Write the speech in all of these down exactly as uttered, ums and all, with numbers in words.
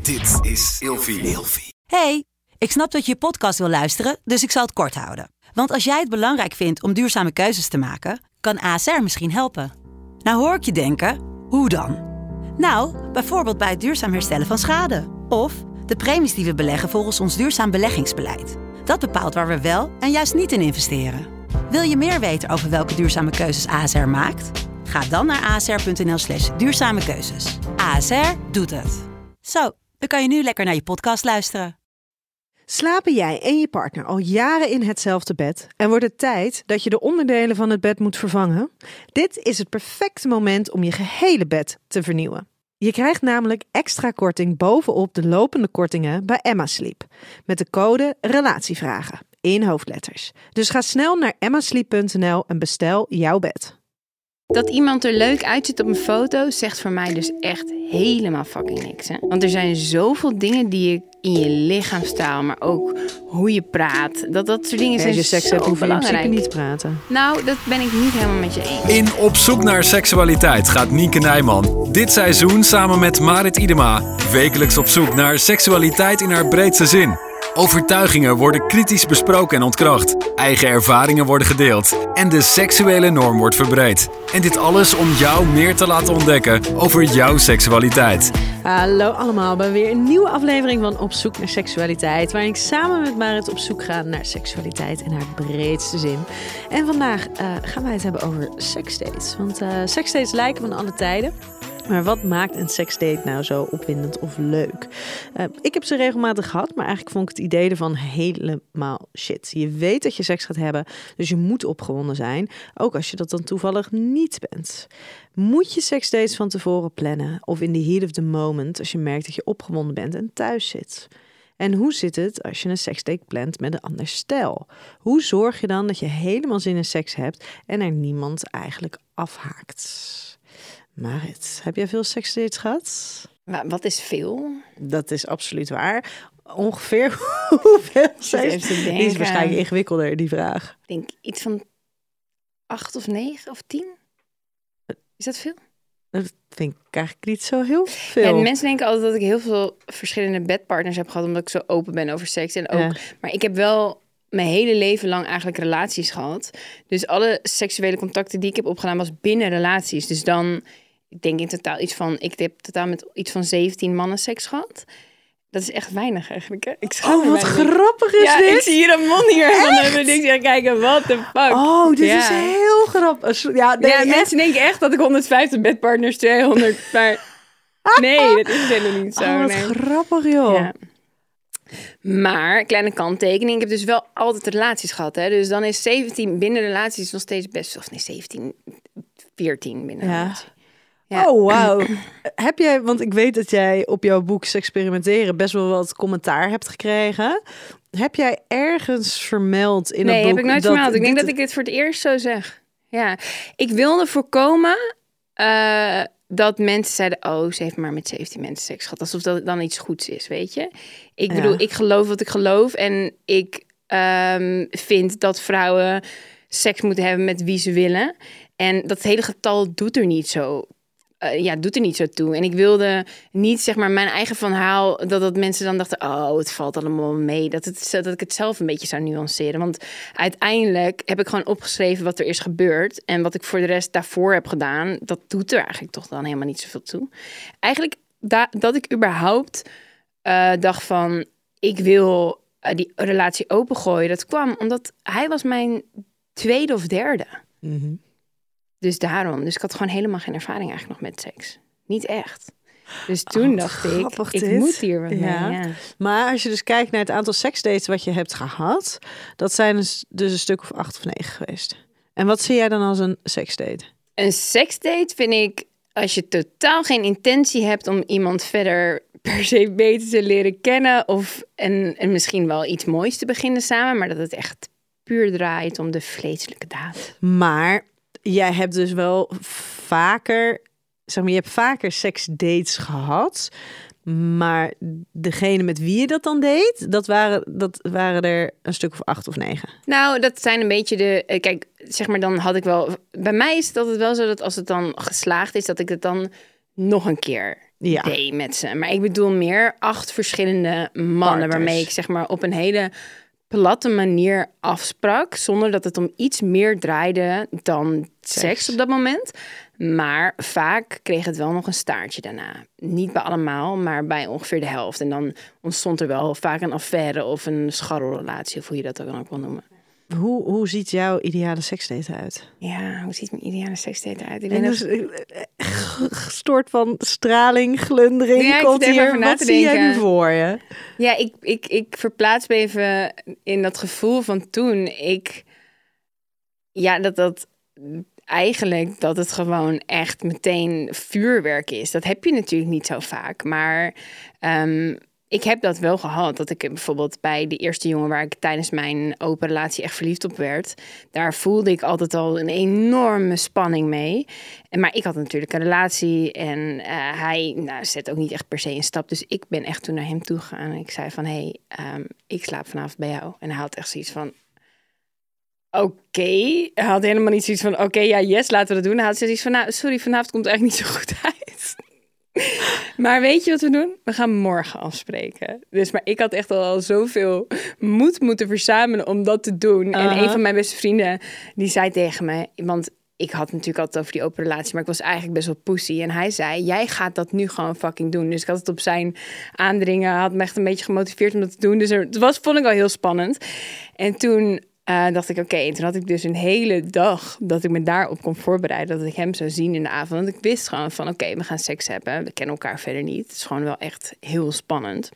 Dit is Ilfie. Hey, ik snap dat je je podcast wil luisteren, dus ik zal het kort houden. Want als jij het belangrijk vindt om duurzame keuzes te maken, kan A S R misschien helpen. Nou hoor ik je denken, hoe dan? Nou, bijvoorbeeld bij het duurzaam herstellen van schade. Of de premies die we beleggen volgens ons duurzaam beleggingsbeleid. Dat bepaalt waar we wel en juist niet in investeren. Wil je meer weten over welke duurzame keuzes A S R maakt? Ga dan naar asr.nl slash duurzame keuzes. A S R doet het. Zo, dan kan je nu lekker naar je podcast luisteren. Slapen jij en je partner al jaren in hetzelfde bed en wordt het tijd dat je de onderdelen van het bed moet vervangen? Dit is het perfecte moment om je gehele bed te vernieuwen. Je krijgt namelijk extra korting bovenop de lopende kortingen bij Emma Sleep. Met de code RELATIEVRAGEN in hoofdletters. Dus ga snel naar emma sleep punt n l en bestel jouw bed. Dat iemand er leuk uitziet op een foto zegt voor mij dus echt helemaal fucking niks. Hè? Want er zijn zoveel dingen die je in je lichaamstaal, maar ook hoe je praat. Dat, dat soort dingen Ja, zijn als je seks zo hebt, hoef je in belangrijk. principe niet te praten. Nou, dat ben ik niet helemaal met je eens. In Op zoek naar seksualiteit gaat Nienke Nijman dit seizoen samen met Marit Idema wekelijks op zoek naar seksualiteit in haar breedste zin. Overtuigingen worden kritisch besproken en ontkracht. Eigen ervaringen worden gedeeld. En de seksuele norm wordt verbreed. En dit alles om jou meer te laten ontdekken over jouw seksualiteit. Hallo allemaal bij weer een nieuwe aflevering van Op zoek naar seksualiteit. Waarin ik samen met Marit op zoek ga naar seksualiteit in haar breedste zin. En vandaag uh, gaan wij het hebben over seksdates. Want uh, seksdates lijken van alle tijden. Maar wat maakt een seksdate nou zo opwindend of leuk? Uh, ik heb ze regelmatig gehad, maar eigenlijk vond ik het idee ervan helemaal shit. Je weet dat je seks gaat hebben, dus je moet opgewonden zijn. Ook als je dat dan toevallig niet bent. Moet je seksdates van tevoren plannen of in the heat of the moment als je merkt dat je opgewonden bent en thuis zit? En hoe zit het als je een seksdate plant met een ander stel? Hoe zorg je dan dat je helemaal zin in seks hebt en er niemand eigenlijk afhaakt? Marit, heb jij veel seksdates gehad? Maar wat is veel? Dat is absoluut waar. Ongeveer hoeveel seks? Die is waarschijnlijk ingewikkelder, die vraag. Ik denk iets van acht of negen of tien. Is dat veel? Dat vind ik eigenlijk niet zo heel veel. Ja, mensen denken altijd dat ik heel veel verschillende bedpartners heb gehad, omdat ik zo open ben over seks. En ook, ja. Maar ik heb wel mijn hele leven lang eigenlijk relaties gehad. Dus alle seksuele contacten die ik heb opgedaan was binnen relaties. Dus dan, ik denk in totaal iets van, ik heb totaal met iets van zeventien mannen seks gehad. Dat is echt weinig eigenlijk, hè? Ik oh, wat grappig is ja, dit. Ik zie hier een man hier van hebben. Ik zeg, kijken, what the fuck. Oh, dit ja. is heel grappig. Ja, nee, ja echt. Mensen denken echt dat ik honderdvijftig bedpartners, tweehonderd, maar nee, dat is helemaal niet zo. Oh, wat nee. grappig, joh. Ja. Maar, kleine kanttekening, ik heb dus wel altijd relaties gehad, hè? Dus dan is zeventien binnen relaties nog steeds best, of nee, zeventien, veertien binnen ja. relatie. Ja. Oh, wauw. Heb jij, want ik weet dat jij op jouw boek Sexperimenteren best wel wat commentaar hebt gekregen. Heb jij ergens vermeld in nee, het boek? Nee, heb ik nooit dat vermeld. Ik denk dit... dat ik dit voor het eerst zo zeg. Ja, ik wilde voorkomen uh, dat mensen zeiden, oh, ze heeft maar met zeventien mensen seks gehad. Alsof dat dan iets goeds is, weet je. Ik bedoel, ja. ik geloof wat ik geloof. En ik um, vind dat vrouwen seks moeten hebben met wie ze willen. En dat hele getal doet er niet zo... Uh, ja, doet er niet zo toe. En ik wilde niet, zeg maar, mijn eigen verhaal... dat, dat mensen dan dachten, oh, het valt allemaal mee. Dat, het, dat ik het zelf een beetje zou nuanceren. Want uiteindelijk heb ik gewoon opgeschreven wat er is gebeurd. En wat ik voor de rest daarvoor heb gedaan... dat doet er eigenlijk toch dan helemaal niet zoveel toe. Eigenlijk da- dat ik überhaupt uh, dacht van... ik wil uh, die relatie opengooien. Dat kwam omdat hij was mijn tweede of derde. Mm-hmm. Dus daarom. Dus ik had gewoon helemaal geen ervaring eigenlijk nog met seks. Niet echt. Dus toen oh, dacht ik, ik dit. moet hier wat ja. mee. Ja. Maar als je dus kijkt naar het aantal seksdates wat je hebt gehad... dat zijn dus, dus een stuk of acht of negen geweest. En wat zie jij dan als een seksdate? Een seksdate vind ik, als je totaal geen intentie hebt... om iemand verder per se beter te leren kennen... of en, en misschien wel iets moois te beginnen samen... maar dat het echt puur draait om de vleeselijke daad. Maar... jij hebt dus wel vaker, zeg maar, je hebt vaker seksdates gehad, maar degene met wie je dat dan deed, dat waren, dat waren er een stuk of acht of negen. Nou, dat zijn een beetje de, kijk, zeg maar, dan had ik wel, bij mij is het altijd wel zo dat als het dan geslaagd is, dat ik het dan nog een keer ja. deed met ze. Maar ik bedoel meer acht verschillende mannen... Partners. Waarmee ik zeg maar op een hele platte manier afsprak... zonder dat het om iets meer draaide dan seks, seks op dat moment. Maar vaak kreeg het wel nog een staartje daarna. Niet bij allemaal, maar bij ongeveer de helft. En dan ontstond er wel vaak een affaire of een scharrelrelatie... of hoe je dat dan ook wil noemen. Hoe, hoe ziet jouw ideale seksdate eruit? Ja, hoe ziet mijn ideale seksdate eruit? Ik ben ben dus, gestoord van straling, glundering. Ja, komt hier. Wat zie jij nu voor je? Ja, ik, ik, ik verplaats me even in dat gevoel van toen. Ik, ja, dat dat eigenlijk dat het gewoon echt meteen vuurwerk is. Dat heb je natuurlijk niet zo vaak, maar... Um, Ik heb dat wel gehad. Dat ik bijvoorbeeld bij de eerste jongen waar ik tijdens mijn open relatie echt verliefd op werd. Daar voelde ik altijd al een enorme spanning mee. Maar ik had natuurlijk een relatie en uh, hij nou, zet ook niet echt per se een stap. Dus ik ben echt toen naar hem toe gegaan. En ik zei van, hé, hey, um, ik slaap vanavond bij jou. En hij had echt zoiets van, oké. Okay. Hij had helemaal niet zoiets van, oké, okay, ja, yes, laten we dat doen. Hij had zoiets van, nou, sorry, vanavond komt het eigenlijk niet zo goed uit. Maar weet je wat we doen? We gaan morgen afspreken. Dus maar ik had echt al zoveel moed moeten verzamelen om dat te doen. Uh-huh. En een van mijn beste vrienden, die zei tegen me... Want ik had natuurlijk altijd over die open relatie... maar ik was eigenlijk best wel pussy. En hij zei, jij gaat dat nu gewoon fucking doen. Dus ik had het op zijn aandringen... had me echt een beetje gemotiveerd om dat te doen. Dus er, het was, vond ik al heel spannend. En toen... Uh, dacht ik, oké, okay. En toen had ik dus een hele dag dat ik me daarop kon voorbereiden, dat ik hem zou zien in de avond. Want ik wist gewoon van, oké, okay, we gaan seks hebben. We kennen elkaar verder niet. Het is gewoon wel echt heel spannend.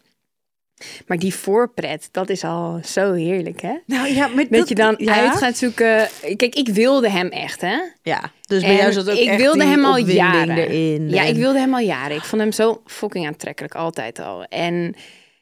Maar die voorpret, dat is al zo heerlijk, hè? Nou ja, maar dat, dat je dan ja. uit gaat zoeken. Kijk, ik wilde hem echt, hè? Ja, dus bij jou zat ook ik echt wilde die hem al jaren. Erin, ja, en... ik wilde hem al jaren. Ik vond hem zo fucking aantrekkelijk, altijd al. En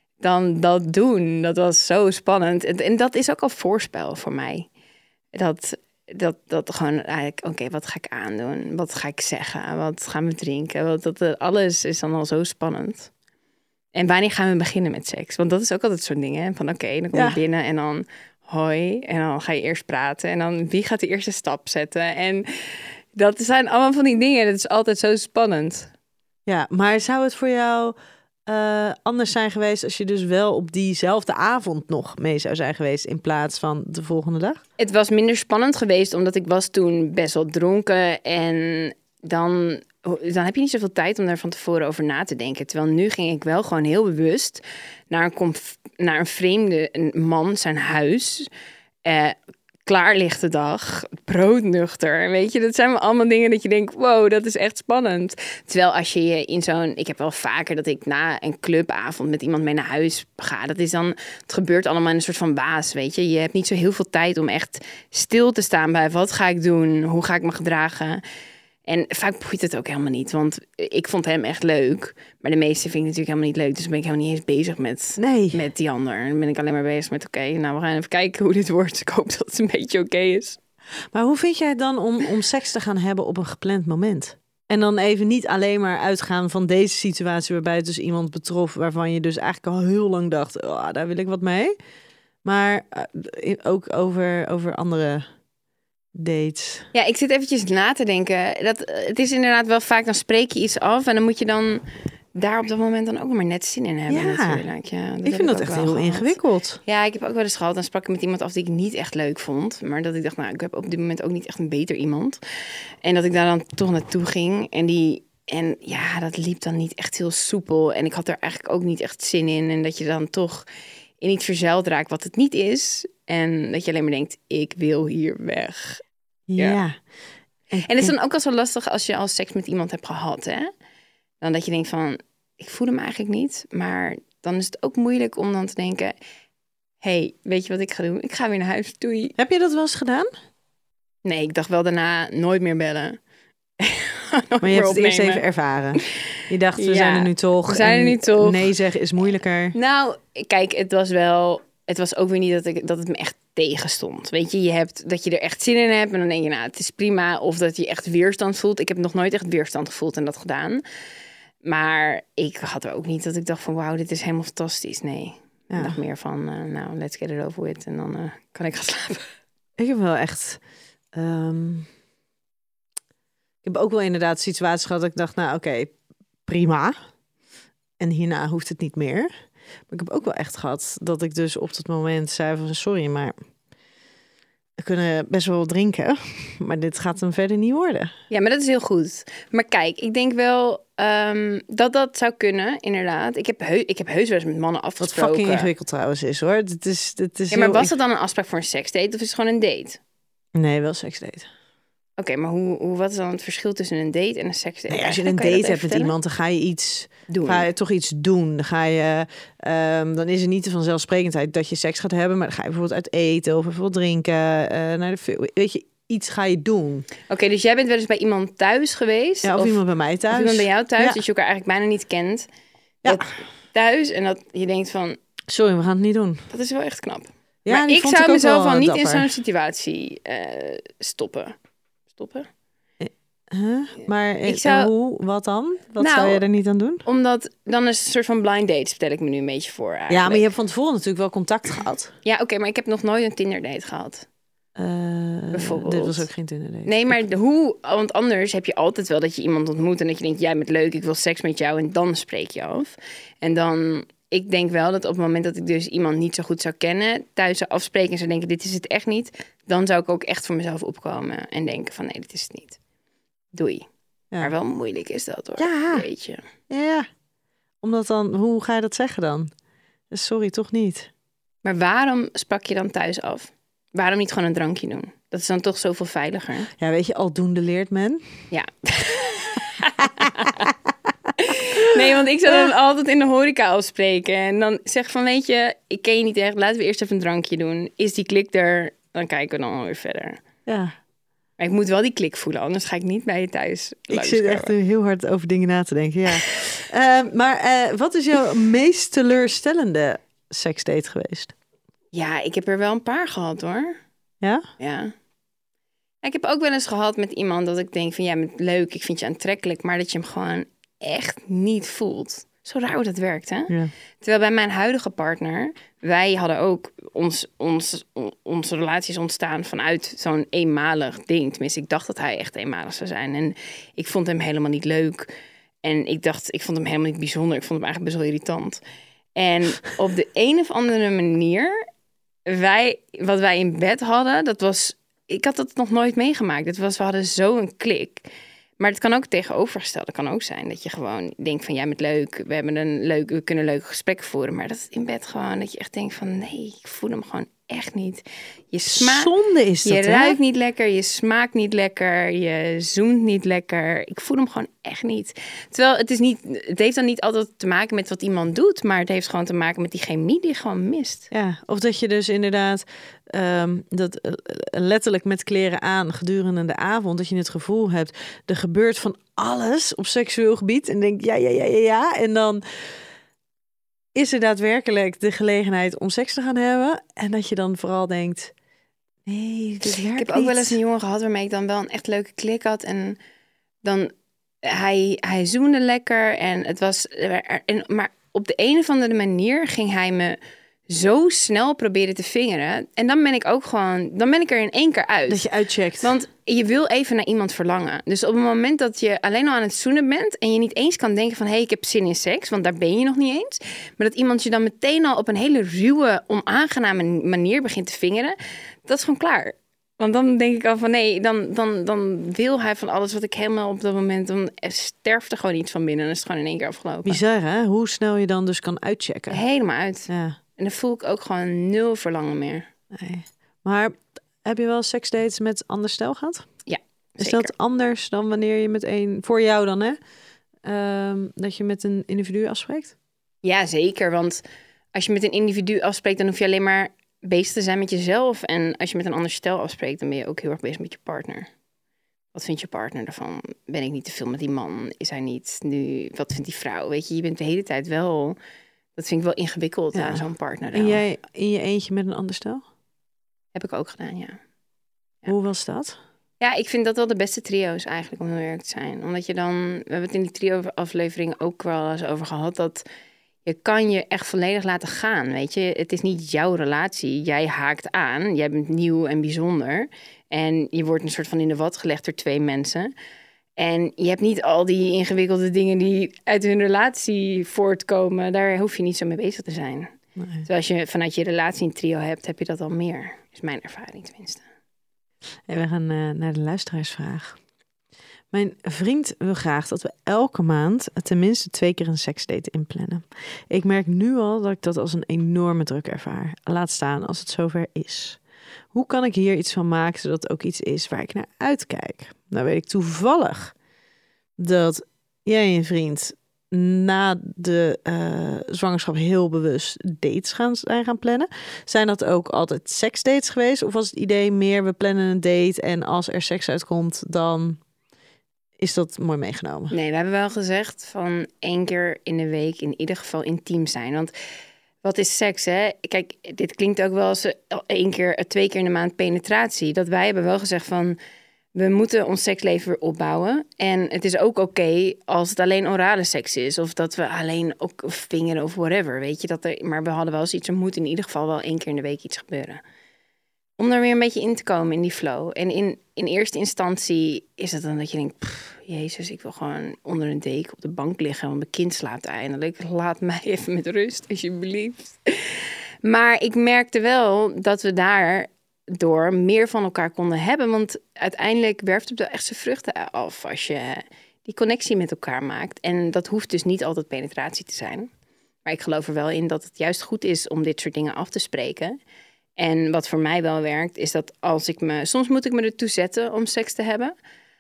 dan dat doen, dat was zo spannend. En, en dat is ook al voorspel voor mij. Dat, dat, dat gewoon eigenlijk, oké, okay, wat ga ik aandoen? Wat ga ik zeggen? Wat gaan we drinken? Wat, dat, alles is dan al zo spannend. En wanneer gaan we beginnen met seks? Want dat is ook altijd zo'n ding, hè? Van oké, okay, dan kom je ja. binnen en dan hoi. En dan ga je eerst praten. En dan wie gaat de eerste stap zetten? En dat zijn allemaal van die dingen. Dat is altijd zo spannend. Ja, maar zou het voor jou... Uh, anders zijn geweest als je dus wel op diezelfde avond nog mee zou zijn geweest in plaats van de volgende dag? Het was minder spannend geweest omdat ik was toen best wel dronken en dan, dan heb je niet zoveel tijd om daar van tevoren over na te denken. Terwijl nu ging ik wel gewoon heel bewust naar een, conf- naar een vreemde man, zijn huis, uh, klaarlichte dag, broodnuchter. Weet je, dat zijn wel allemaal dingen dat je denkt, wow, dat is echt spannend. Terwijl als je je in zo'n... Ik heb wel vaker dat ik na een clubavond met iemand mee naar huis ga. Dat is dan... Het gebeurt allemaal in een soort van waas, weet je. Je hebt niet zo heel veel tijd om echt stil te staan bij wat ga ik doen? Hoe ga ik me gedragen? En vaak boeit het ook helemaal niet, want ik vond hem echt leuk. Maar de meeste vind ik natuurlijk helemaal niet leuk. Dus ben ik helemaal niet eens bezig met, nee. met die ander. Dan ben ik alleen maar bezig met, oké, okay, nou we gaan even kijken hoe dit wordt. Ik hoop dat het een beetje oké okay is. Maar hoe vind jij het dan om, om seks te gaan hebben op een gepland moment? En dan even niet alleen maar uitgaan van deze situatie waarbij het dus iemand betrof waarvan je dus eigenlijk al heel lang dacht, oh, daar wil ik wat mee. Maar uh, ook over, over andere... dates. Ja, ik zit eventjes na te denken. Dat, het is inderdaad wel vaak, dan spreek je iets af en dan moet je dan daar op dat moment dan ook maar net zin in hebben. Ja, natuurlijk. Ja, dat ik vind dat echt heel gehad. ingewikkeld. Ja, ik heb ook wel eens gehad. Dan sprak ik met iemand af die ik niet echt leuk vond. Maar dat ik dacht, nou, ik heb op dit moment ook niet echt een beter iemand. En dat ik daar dan toch naartoe ging. En die... En ja, dat liep dan niet echt heel soepel. En ik had er eigenlijk ook niet echt zin in. En dat je dan toch in iets verzeild raakt wat het niet is. En dat je alleen maar denkt, ik wil hier weg. Ja. ja. En, en het is dan ook al zo lastig als je al seks met iemand hebt gehad, hè? Dan dat je denkt van, ik voel hem eigenlijk niet. Maar dan is het ook moeilijk om dan te denken, hey, weet je wat ik ga doen? Ik ga weer naar huis, doei. Heb je dat wel eens gedaan? Nee, ik dacht wel daarna nooit meer bellen. Maar je hebt het eerst even ervaren. Je dacht, we ja, zijn er nu toch. We zijn er nu toch. Nee zeggen is moeilijker. Nou, kijk, het was wel... Het was ook weer niet dat, ik, dat het me echt tegenstond. Weet je, je hebt dat je er echt zin in hebt en dan denk je, nou, het is prima. Of dat je echt weerstand voelt. Ik heb nog nooit echt weerstand gevoeld en dat gedaan. Maar ik had er ook niet dat ik dacht van, wauw, dit is helemaal fantastisch. Nee, ja. Ik dacht meer van, uh, nou, let's get it over with. En dan uh, kan ik gaan slapen. Ik heb wel echt... Um... Ik heb ook wel inderdaad situaties gehad dat ik dacht, nou, oké, okay, prima. En hierna hoeft het niet meer. Maar ik heb ook wel echt gehad dat ik dus op dat moment zei van sorry, maar we kunnen best wel drinken, maar dit gaat hem verder niet worden. Ja, maar dat is heel goed. Maar kijk, ik denk wel um, dat dat zou kunnen, inderdaad. Ik heb, heu- ik heb heus wel eens met mannen afgesproken. Wat fucking ingewikkeld trouwens is, hoor. Dit is, dit is ja, maar heel... was dat dan een afspraak voor een seksdate of is het gewoon een date? Nee, wel seksdate. Oké, okay, maar hoe, hoe, wat is dan het verschil tussen een date en een seksdate? Nee, als je een date je hebt met iemand, dan ga je iets doen. Ga je toch iets doen. Dan ga je, um, dan is het niet de vanzelfsprekendheid dat je seks gaat hebben, maar dan ga je bijvoorbeeld uit eten of bijvoorbeeld drinken, uh, naar de, weet je, iets ga je doen. Oké, okay, dus jij bent wel eens bij iemand thuis geweest? Ja, of, of iemand bij mij thuis. Of iemand bij jou thuis, ja. dat je elkaar eigenlijk bijna niet kent. Ja. Thuis en dat je denkt van, sorry, we gaan het niet doen. Dat is wel echt knap. Ja, maar ik zou mezelf wel niet dapper. in zo'n situatie uh, stoppen. Stoppen? Huh? Maar ik zou... hoe? Wat dan? Wat nou, zou je er niet aan doen? Omdat dan is het een soort van blind date, stel ik me nu een beetje voor. Eigenlijk. Ja, maar je hebt van tevoren natuurlijk wel contact gehad. Ja, oké, okay, maar ik heb nog nooit een Tinder date gehad. Uh, Bijvoorbeeld. Dit was ook geen Tinder date. Nee, maar de, hoe? Want anders heb je altijd wel dat je iemand ontmoet en dat je denkt, jij bent leuk, ik wil seks met jou en dan spreek je af. En dan, ik denk wel dat op het moment dat ik dus iemand niet zo goed zou kennen, thuis zou afspreken en zou denken, dit is het echt niet, dan zou ik ook echt voor mezelf opkomen en denken van, nee, dit is het niet. Doei. Ja. Maar wel moeilijk is dat, hoor. Ja. Weet je. Ja. Omdat dan, hoe ga je dat zeggen dan? Sorry, toch niet. Maar waarom sprak je dan thuis af? Waarom niet gewoon een drankje doen? Dat is dan toch zoveel veiliger. Ja, weet je, aldoende leert men. Ja. Nee, want ik zou dan altijd in de horeca afspreken. En dan zeg van, weet je, ik ken je niet echt. Laten we eerst even een drankje doen. Is die klik er? Dan kijken we dan alweer verder. Ja. Maar ik moet wel die klik voelen, anders ga ik niet bij je thuis. Ik zit echt heel hard over dingen na te denken, ja. uh, maar uh, wat is jouw meest teleurstellende seksdate geweest? Ja, ik heb er wel een paar gehad, hoor. Ja? Ja. Ik heb ook wel eens gehad met iemand dat ik denk van, jij bent leuk, ik vind je aantrekkelijk, maar dat je hem gewoon echt niet voelt. Zo raar hoe dat werkt, hè? Ja. Terwijl bij mijn huidige partner, wij hadden ook ons, ons, onze relaties ontstaan vanuit zo'n eenmalig ding. Tenminste, ik dacht dat hij echt eenmalig zou zijn. En ik vond hem helemaal niet leuk. En ik dacht, ik vond hem helemaal niet bijzonder. Ik vond hem eigenlijk best wel irritant. En op de een of andere manier, wij, wat wij in bed hadden, dat was, ik had dat nog nooit meegemaakt. Het was, we hadden zo'n klik. Maar het kan ook tegenovergesteld. Het kan ook zijn dat je gewoon denkt van, jij bent leuk, we hebben een leuk, we kunnen leuke gesprekken voeren. Maar dat is in bed gewoon dat je echt denkt van, nee, ik voel hem gewoon echt niet. Je smaakt, zonde is dat, je hè? ruikt niet lekker, je smaakt niet lekker, je zoent niet lekker. Ik voel hem gewoon echt niet. Terwijl het is niet, het heeft dan niet altijd te maken met wat iemand doet, maar het heeft gewoon te maken met die chemie die gewoon mist. Ja, of dat je dus inderdaad um, dat uh, letterlijk met kleren aan gedurende de avond, dat je het gevoel hebt, er gebeurt van alles op seksueel gebied en denk ja, ja, ja, ja, ja. En dan is er daadwerkelijk de gelegenheid om seks te gaan hebben. En dat je dan vooral denkt, nee, dit werkt niet. Ik heb ook wel eens een jongen gehad waarmee ik dan wel een echt leuke klik had. En dan, hij, hij zoende lekker en het was, en, maar op de een of andere manier ging hij me zo snel proberen te vingeren. En dan ben ik ook gewoon, dan ben ik er in één keer uit. Dat je uitcheckt. Want je wil even naar iemand verlangen. Dus op het moment dat je alleen al aan het zoenen bent en je niet eens kan denken van, hé, hey, ik heb zin in seks, want daar ben je nog niet eens. Maar dat iemand je dan meteen al op een hele ruwe, onaangename manier begint te vingeren, dat is gewoon klaar. Want dan denk ik al van, nee, dan, dan, dan wil hij van alles wat ik helemaal op dat moment, dan sterft er gewoon iets van binnen en is het gewoon in één keer afgelopen. Bizar, hè? Hoe snel je dan dus kan uitchecken. Helemaal uit. Ja. En dan voel ik ook gewoon nul verlangen meer. Nee. Maar heb je wel seksdates met ander stel gehad? Ja, Is zeker. dat anders dan wanneer je met een, voor jou dan, hè? Um, dat je met een individu afspreekt? Ja, zeker. Want als je met een individu afspreekt, dan hoef je alleen maar bezig te zijn met jezelf. En als je met een ander stel afspreekt, dan ben je ook heel erg bezig met je partner. Wat vindt je partner ervan? Ben ik niet te veel met die man? Is hij niet nu? Wat vindt die vrouw? Weet je, je bent de hele tijd wel. Dat vind ik wel ingewikkeld ja. aan zo'n partner. En jij in je eentje met een ander stel? Heb ik ook gedaan, ja. ja. Hoe was dat? Ja, ik vind dat wel de beste trio's eigenlijk, om heel eerlijk te zijn. Omdat je dan, we hebben het in die trio-aflevering ook wel eens over gehad, dat je kan je echt volledig laten gaan, weet je. Het is niet jouw relatie. Jij haakt aan. Jij bent nieuw en bijzonder. En je wordt een soort van in de wat gelegd door twee mensen. En je hebt niet al die ingewikkelde dingen die uit hun relatie voortkomen. Daar hoef je niet zo mee bezig te zijn. Nee. Terwijl als je vanuit je relatie een trio hebt, heb je dat al meer. Is mijn ervaring tenminste. En we gaan uh, naar de luisteraarsvraag. Mijn vriend wil graag dat we elke maand tenminste twee keer een seksdate inplannen. Ik merk nu al dat ik dat als een enorme druk ervaar. Laat staan als het zover is. Hoe kan ik hier iets van maken zodat het ook iets is waar ik naar uitkijk? Nou weet ik toevallig dat jij en je vriend na de uh, zwangerschap heel bewust dates gaan, zijn gaan plannen. Zijn dat ook altijd seksdates geweest? Of was het idee meer, we plannen een date en als er seks uitkomt, dan is dat mooi meegenomen? Nee, we hebben wel gezegd van één keer in de week in ieder geval intiem zijn. Want wat is seks, hè? Kijk, dit klinkt ook wel als één keer, twee keer in de maand penetratie. Dat wij hebben wel gezegd van, we moeten ons seksleven weer opbouwen. En het is ook oké okay als het alleen orale seks is. Of dat we alleen ook vingeren of whatever. Weet je, dat er, maar we hadden wel zoiets, er moet in ieder geval wel één keer in de week iets gebeuren. Om er weer een beetje in te komen in die flow. En in, in eerste instantie is het dan dat je denkt, pff, jezus, ik wil gewoon onder een deken op de bank liggen, want mijn kind slaapt eindelijk. Laat mij even met rust, alsjeblieft. Maar ik merkte wel dat we daardoor meer van elkaar konden hebben. Want uiteindelijk werft het wel echt zijn vruchten af als je die connectie met elkaar maakt. En dat hoeft dus niet altijd penetratie te zijn. Maar ik geloof er wel in dat het juist goed is om dit soort dingen af te spreken. En wat voor mij wel werkt, is dat als ik me... Soms moet ik me ertoe zetten om seks te hebben.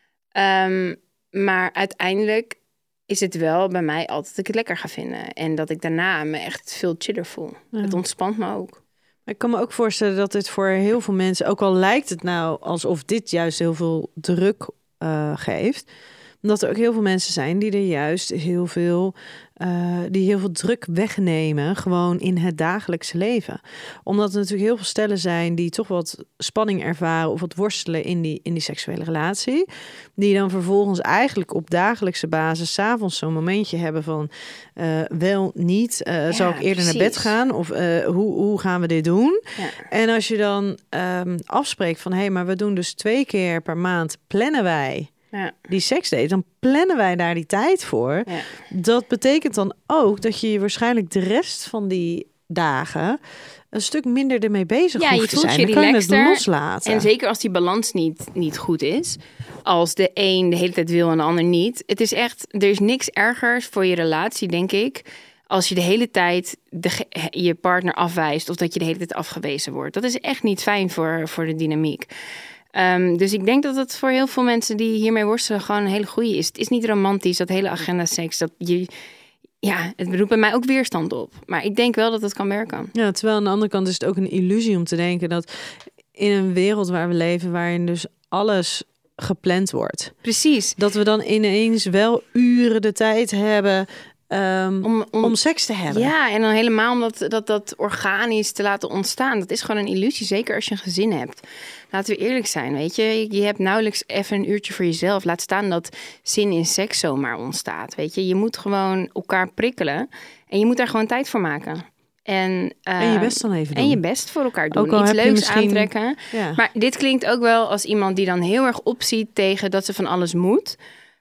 Um, maar uiteindelijk is het wel bij mij altijd dat ik het lekker ga vinden. En dat ik daarna me echt veel chiller voel. Ja. Het ontspant me ook. Ik kan me ook voorstellen dat dit voor heel veel mensen... ook al lijkt het nou alsof dit juist heel veel druk uh, geeft... omdat er ook heel veel mensen zijn die er juist heel veel... Uh, die heel veel druk wegnemen, gewoon in het dagelijkse leven. Omdat er natuurlijk heel veel stellen zijn die toch wat spanning ervaren of wat worstelen in die, in die seksuele relatie. Die dan vervolgens eigenlijk op dagelijkse basis 's avonds zo'n momentje hebben van uh, wel niet, uh, ja, zal ik eerder precies. naar bed gaan? Of uh, hoe, hoe gaan we dit doen? Ja. En als je dan um, afspreekt van hé, hey, maar we doen dus twee keer per maand plannen wij... Ja. die seksdate, dan plannen wij daar die tijd voor. Ja. Dat betekent dan ook dat je je waarschijnlijk de rest van die dagen een stuk minder ermee bezig ja, hoeft te zijn. Je dan kan je het loslaten. En zeker als die balans niet, niet goed is. Als de een de hele tijd wil en de ander niet. Het is echt, er is niks ergers voor je relatie, denk ik, als je de hele tijd de, je partner afwijst of dat je de hele tijd afgewezen wordt. Dat is echt niet fijn voor, voor de dynamiek. Um, dus ik denk dat het voor heel veel mensen die hiermee worstelen gewoon een hele goeie is. Het is niet romantisch, dat hele agenda seks. Dat je, ja, het roept bij mij ook weerstand op. Maar ik denk wel dat het kan werken. Ja, terwijl aan de andere kant is het ook een illusie om te denken dat in een wereld waar we leven, waarin dus alles gepland wordt. Precies. Dat we dan ineens wel uren de tijd hebben Um, om, om, om seks te hebben. Ja, en dan helemaal om dat, dat, dat organisch te laten ontstaan. Dat is gewoon een illusie, zeker als je een gezin hebt. Laten we eerlijk zijn, weet je. Je hebt nauwelijks even een uurtje voor jezelf. Laat staan dat zin in seks zomaar ontstaat, weet je. Je moet gewoon elkaar prikkelen. En je moet daar gewoon tijd voor maken. En, uh, en je best dan even doen. En je best voor elkaar doen. Iets leuks misschien aantrekken. Ja. Maar dit klinkt ook wel als iemand die dan heel erg opziet tegen dat ze van alles moet.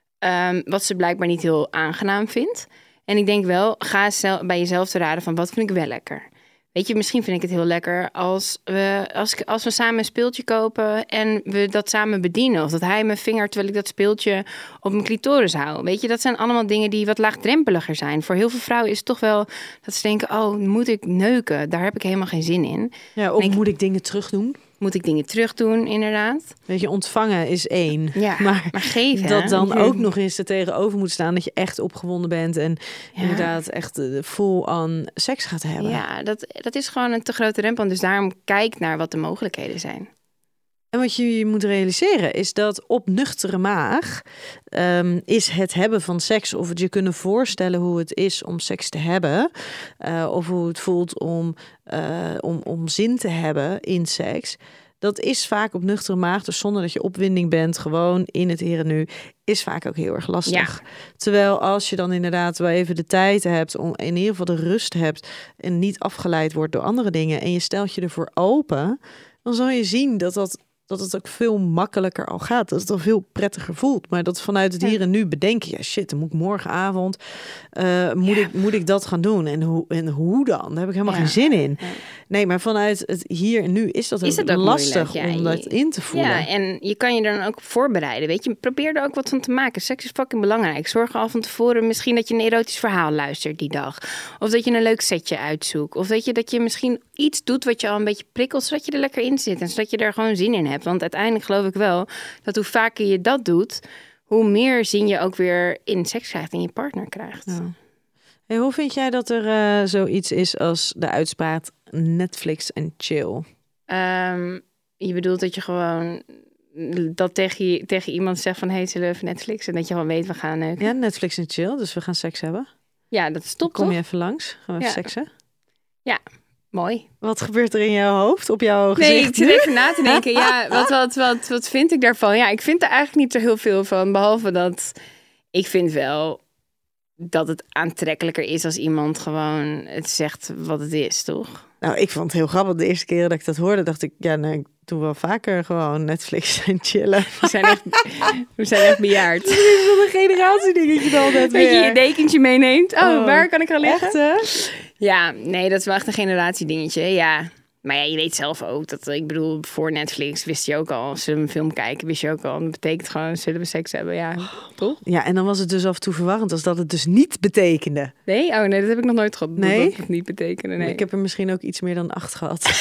Um, wat ze blijkbaar niet heel aangenaam vindt. En ik denk wel, ga zelf, bij jezelf te raden van wat vind ik wel lekker. Weet je, misschien vind ik het heel lekker als we, als, als we samen een speeltje kopen en we dat samen bedienen. Of dat hij mijn vinger, terwijl ik dat speeltje op mijn clitoris hou. Weet je, dat zijn allemaal dingen die wat laagdrempeliger zijn. Voor heel veel vrouwen is het toch wel dat ze denken, oh, moet ik neuken? Daar heb ik helemaal geen zin in. Ja, of ik, moet ik dingen terug doen? Moet ik dingen terug doen, inderdaad. Weet je, ontvangen is één. Ja, maar, maar geven. Dat dan ook nog eens er tegenover moet staan dat je echt opgewonden bent en ja. inderdaad echt full on seks gaat hebben. Ja, dat, dat is gewoon een te grote rempel. Dus daarom kijk naar wat de mogelijkheden zijn. En wat je, je moet realiseren is dat op nuchtere maag um, is het hebben van seks, of het je kunnen voorstellen hoe het is om seks te hebben, uh, of hoe het voelt om, uh, om, om zin te hebben in seks. Dat is vaak op nuchtere maag, dus zonder dat je opwinding bent, gewoon in het hier en nu, is vaak ook heel erg lastig. Ja. Terwijl als je dan inderdaad wel even de tijd hebt, om in ieder geval de rust hebt en niet afgeleid wordt door andere dingen en je stelt je ervoor open, dan zal je zien dat dat dat het ook veel makkelijker al gaat. Dat het al veel prettiger voelt. Maar dat vanuit het hier en nu bedenken... ja, shit, dan moet ik morgenavond... Uh, moet, ja. ik, moet ik dat gaan doen? En, ho- en hoe dan? Daar heb ik helemaal ja. geen zin in. Ja. Nee, maar vanuit het hier en nu is dat is ook, ook lastig ja, om dat in te voelen. Ja, en je kan je dan ook op voorbereiden. Weet je, probeer er ook wat van te maken. Seks is fucking belangrijk. Zorg al van tevoren misschien dat je een erotisch verhaal luistert die dag. Of dat je een leuk setje uitzoekt. Of dat je, dat je misschien iets doet wat je al een beetje prikkelt... zodat je er lekker in zit en zodat je er gewoon zin in hebt. Want uiteindelijk geloof ik wel dat hoe vaker je dat doet... hoe meer zin je ook weer in seks krijgt en je partner krijgt. Ja. Hey, hoe vind jij dat er uh, zoiets is als de uitspraak Netflix en chill? Um, je bedoelt dat je gewoon dat tegen, je, tegen iemand zegt van... hey, zullen we even Netflix? En dat je gewoon weet, we gaan... Uh... Ja, Netflix en chill, dus we gaan seks hebben. Ja, dat is top, Kom toch? je even langs? Gaan we even ja. seksen? Ja, mooi. Wat gebeurt er in jouw hoofd, op jouw gezicht? Nee, ik zit even na te denken. Ja, wat, wat, wat, wat vind ik daarvan? Ja, ik vind er eigenlijk niet zo heel veel van. Behalve dat ik vind wel dat het aantrekkelijker is als iemand gewoon het zegt wat het is, toch? Nou, ik vond het heel grappig. De eerste keer dat ik dat hoorde, dacht ik... ja, nee, ik doe wel vaker gewoon Netflix en chillen. We zijn echt, we zijn echt bejaard. Het is wel een generatiedingetje dan net weer. Dat je je dekentje meeneemt. Oh, oh, waar kan ik gaan liggen? Echt, hè? Ja, nee, dat is wel echt een generatiedingetje. Ja, maar ja, je weet zelf ook dat... Ik bedoel, voor Netflix wist je ook al... zullen we een film kijken, wist je ook al. Dat betekent gewoon, zullen we seks hebben? Ja, oh, toch? Ja, en dan was het dus af en toe verwarrend... als dat het dus niet betekende. Nee? Oh nee, dat heb ik nog nooit gehad. Nee? Dat het niet betekende, nee. Ik heb er misschien ook iets meer dan acht gehad.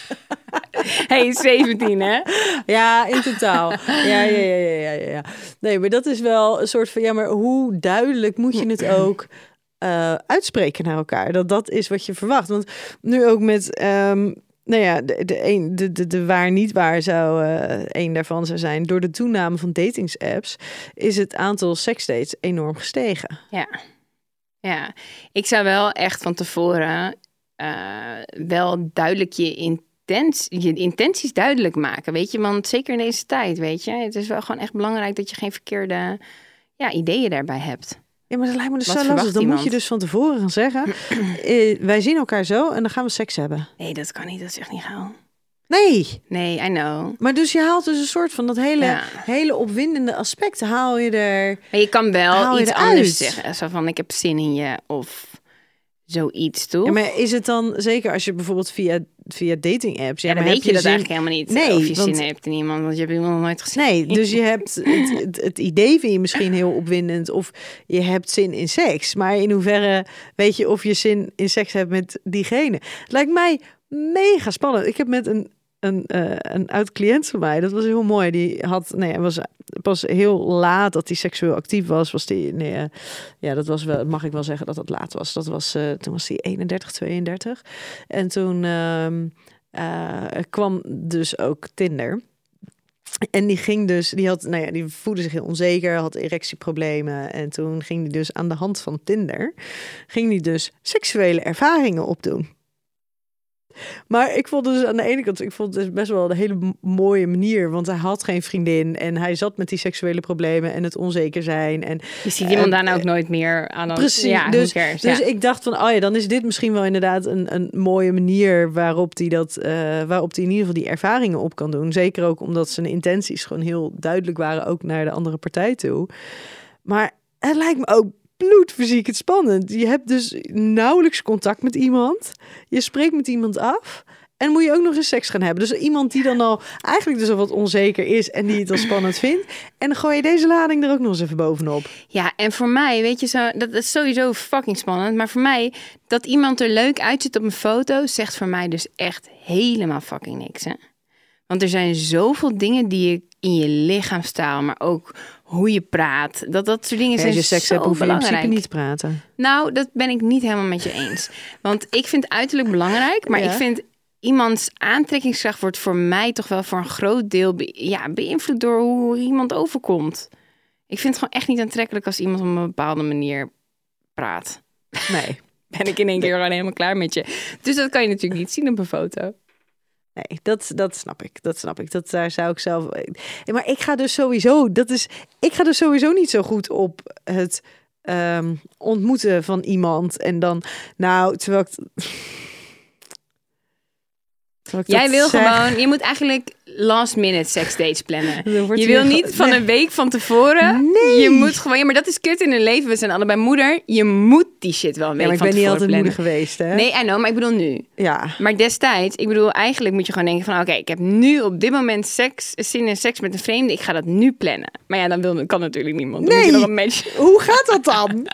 Hey, zeventien, hè? Ja, in totaal. Ja, ja, ja, ja, ja, ja. Nee, maar dat is wel een soort van... ja, maar hoe duidelijk moet je het ook... Uh, uitspreken naar elkaar. Dat dat is wat je verwacht. Want nu ook met... Um, nou ja, de, de, een, de, de, de waar niet waar zou uh, een daarvan zou zijn. Door de toename van datingsapps is het aantal seksdates enorm gestegen. Ja, ja. Ik zou wel echt van tevoren uh, wel duidelijk je, intens, je intenties duidelijk maken. Weet je, want zeker in deze tijd, weet je. Het is wel gewoon echt belangrijk dat je geen verkeerde ja, ideeën daarbij hebt. Ja, maar dat lijkt me dus zo lastig. Dan iemand? moet je dus van tevoren gaan zeggen... uh, wij zien elkaar zo en dan gaan we seks hebben. Nee, dat kan niet. Dat is echt niet gauw. Nee. Nee, I know. Maar dus je haalt dus een soort van dat hele, ja. hele opwindende aspect. Haal je er... Maar je kan wel iets anders zeggen. Zo van, ik heb zin in je of... zoiets, toch? Ja, maar is het dan, zeker als je bijvoorbeeld via, via dating apps... Ja, ja dan weet je, je dat zin... eigenlijk helemaal niet. Nee, of je want... zin hebt in iemand, want je hebt iemand nog nooit gezien. Nee, dus je hebt het, het, het idee vind je misschien heel opwindend... of je hebt zin in seks. Maar in hoeverre weet je of je zin in seks hebt met diegene? Het lijkt mij mega spannend. Ik heb met een... Een, uh, een oud cliënt van mij, dat was heel mooi. Die had, nee, was pas heel laat dat hij seksueel actief was. Was die, nee, uh, ja, dat was wel, mag ik wel zeggen dat dat laat was. Dat was, uh, toen was hij eenendertig, tweeëndertig. En toen uh, uh, kwam dus ook Tinder. En die ging dus, die had, nou ja, die voelde zich heel onzeker, had erectieproblemen. En toen ging hij dus aan de hand van Tinder, ging hij dus seksuele ervaringen opdoen. Maar ik vond dus aan de ene kant, ik vond het best wel een hele mooie manier. Want hij had geen vriendin en hij zat met die seksuele problemen en het onzeker zijn. En, je ziet iemand uh, daar nou ook nooit meer aan. Dan, precies, ja, dus, cares, dus ja. ik dacht van, oh ja, dan is dit misschien wel inderdaad een, een mooie manier waarop hij dat, uh, waarop hij in ieder geval die ervaringen op kan doen. Zeker ook omdat zijn intenties gewoon heel duidelijk waren, ook naar de andere partij toe. Maar het lijkt me ook bloedfysiek het spannend. Je hebt dus nauwelijks contact met iemand. Je spreekt met iemand af. En moet je ook nog eens seks gaan hebben. Dus iemand die dan al eigenlijk dus al wat onzeker is en die het al spannend vindt. En dan gooi je deze lading er ook nog eens even bovenop. Ja, en voor mij, weet je, zo, dat is sowieso fucking spannend. Maar voor mij, dat iemand er leuk uitziet op een foto, zegt voor mij dus echt helemaal fucking niks, hè? Want er zijn zoveel dingen die je in je lichaamstaal, maar ook hoe je praat. Dat, dat soort dingen ja, zijn zo belangrijk. Als je seks hebt, hoef je in principe niet te praten. Nou, dat ben ik niet helemaal met je eens. Want ik vind uiterlijk belangrijk, maar ja. ik vind iemands aantrekkingskracht wordt voor mij toch wel voor een groot deel be- ja, beïnvloed door hoe iemand overkomt. Ik vind het gewoon echt niet aantrekkelijk als iemand op een bepaalde manier praat. Nee. Ben ik in één keer nee. gewoon helemaal klaar met je. Dus dat kan je natuurlijk niet zien op een foto. Nee, dat, dat snap ik. Dat snap ik. Dat daar zou ik zelf. Maar ik ga dus sowieso. Dat is. Ik ga dus sowieso niet zo goed op het um, ontmoeten van iemand en dan. Nou, terwijl ik. Jij wil zeg. gewoon... Je moet eigenlijk last minute seksdates plannen. Je wil niet ge- van nee. een week van tevoren. Nee. Je moet gewoon... Ja, maar dat is kut in hun leven. We zijn allebei moeder. Je moet die shit wel een week ja, van tevoren plannen. plannen. Ik ben niet altijd moeder geweest, hè? Nee, I know, maar ik bedoel nu. Ja. Maar destijds, ik bedoel, eigenlijk moet je gewoon denken van... Oké, okay, ik heb nu op dit moment seks, zin in seks met een vreemde. Ik ga dat nu plannen. Maar ja, dan wil, kan natuurlijk niemand. Dan nee. moet je nog een match. Hoe gaat dat dan?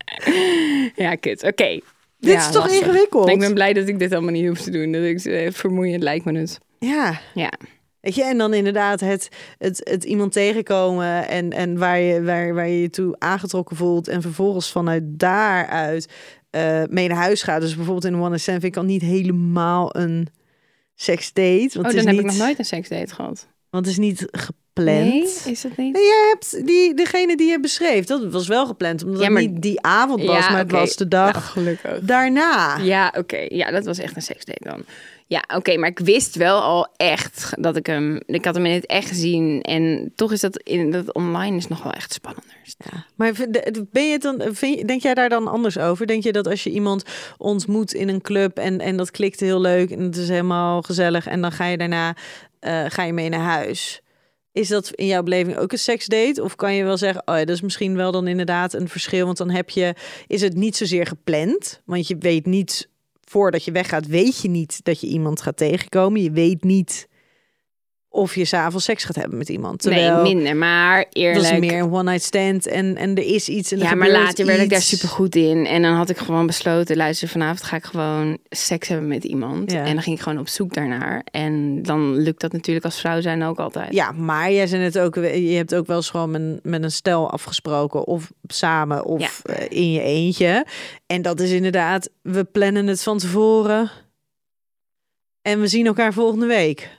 ja, kut. Oké. Okay. Dit ja, is toch lastig. ingewikkeld? Ik ben blij dat ik dit allemaal niet hoef te doen. Dat ik uh, vermoeiend lijkt me het. Ja. Ja. Weet je, en dan inderdaad het, het, het iemand tegenkomen en, en waar, je, waar, waar je je toe aangetrokken voelt en vervolgens vanuit daaruit uh, mee naar huis gaat. Dus bijvoorbeeld in een one night stand vind ik al niet helemaal een seksdate. Want oh, het dan is heb niet, ik nog nooit een seksdate gehad. Want het is niet gepland. Nee, is het niet? Nee, jij hebt die, degene die je beschreef, dat was wel gepland. Omdat ja, maar, het niet die avond was, ja, maar het okay. was de dag nou, gelukkig. daarna. Ja, oké. Okay. Ja, dat was echt een seksdate dan. Ja, oké, okay, maar ik wist wel al echt dat ik hem... Ik had hem in het echt gezien. En toch is dat, in, dat online is nog wel echt spannender. Ja, maar ben je het dan, vind je, denk jij daar dan anders over? Denk je dat als je iemand ontmoet in een club en, en dat klikt heel leuk en het is helemaal gezellig en dan ga je daarna uh, ga je mee naar huis... Is dat in jouw beleving ook een seksdate? Of kan je wel zeggen, oh ja, dat is misschien wel dan inderdaad een verschil. Want dan heb je, is het niet zozeer gepland. Want je weet niet, voordat je weggaat, weet je niet dat je iemand gaat tegenkomen. Je weet niet of je 's avonds seks gaat hebben met iemand. Terwijl, nee, minder, maar eerlijk. Dat is meer een one night stand en, en er is iets. En er ja, maar later iets. werd ik daar super goed in. En dan had ik gewoon besloten, luister, vanavond ga ik gewoon seks hebben met iemand. Ja. En dan ging ik gewoon op zoek daarnaar. En dan lukt dat natuurlijk als vrouw zijn ook altijd. Ja, maar jij zei het ook, je hebt ook wel eens gewoon met, met een stel afgesproken. Of samen of ja. uh, in je eentje. En dat is inderdaad, we plannen het van tevoren. En we zien elkaar volgende week.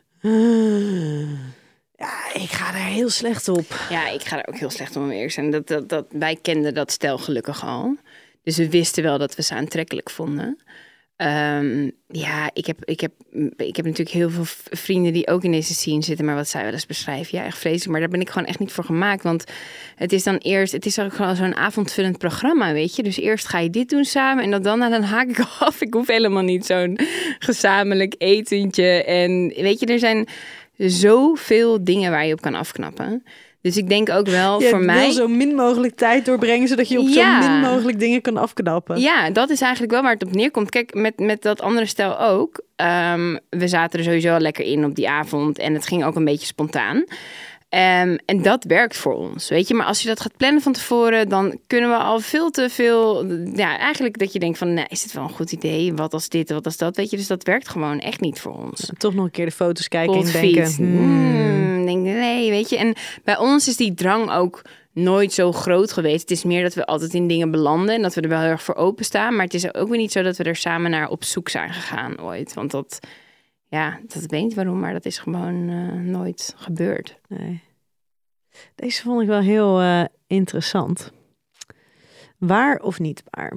Ja, ik ga daar heel slecht op. Ja, ik ga er ook heel slecht om eerst. En dat, dat, dat, wij kenden dat stel gelukkig al. Dus we wisten wel dat we ze aantrekkelijk vonden. Um, ja, ik heb, ik, heb, ik heb natuurlijk heel veel vrienden die ook in deze scene zitten. Maar wat zij wel eens beschrijven, ja, echt vreselijk. Maar daar ben ik gewoon echt niet voor gemaakt. Want het is dan eerst, het is ook gewoon zo'n avondvullend programma, weet je. Dus eerst ga je dit doen samen en dan, dan, dan haak ik af. Ik hoef helemaal niet zo'n gezamenlijk etentje. En weet je, er zijn zoveel dingen waar je op kan afknappen. Dus ik denk ook wel je voor mij... Je wil zo min mogelijk tijd doorbrengen, zodat je op ja. zo min mogelijk dingen kan afknappen. Ja, dat is eigenlijk wel waar het op neerkomt. Kijk, met, met dat andere stel ook. Um, we zaten er sowieso al lekker in op die avond. En het ging ook een beetje spontaan. Um, en dat werkt voor ons, weet je. Maar als je dat gaat plannen van tevoren, dan kunnen we al veel te veel... Ja, eigenlijk dat je denkt van, nou, is dit wel een goed idee? Wat als dit, wat als dat, weet je. Dus dat werkt gewoon echt niet voor ons. Ja, toch nog een keer de foto's kijken Cold en denken... Hmm, denk, nee, weet je. En bij ons is die drang ook nooit zo groot geweest. Het is meer dat we altijd in dingen belanden en dat we er wel heel erg voor openstaan. Maar het is ook weer niet zo dat we er samen naar op zoek zijn gegaan ooit. Want dat... Ja, dat weet niet waarom, maar dat is gewoon uh, nooit gebeurd. Nee. Deze vond ik wel heel uh, interessant. Waar of niet waar?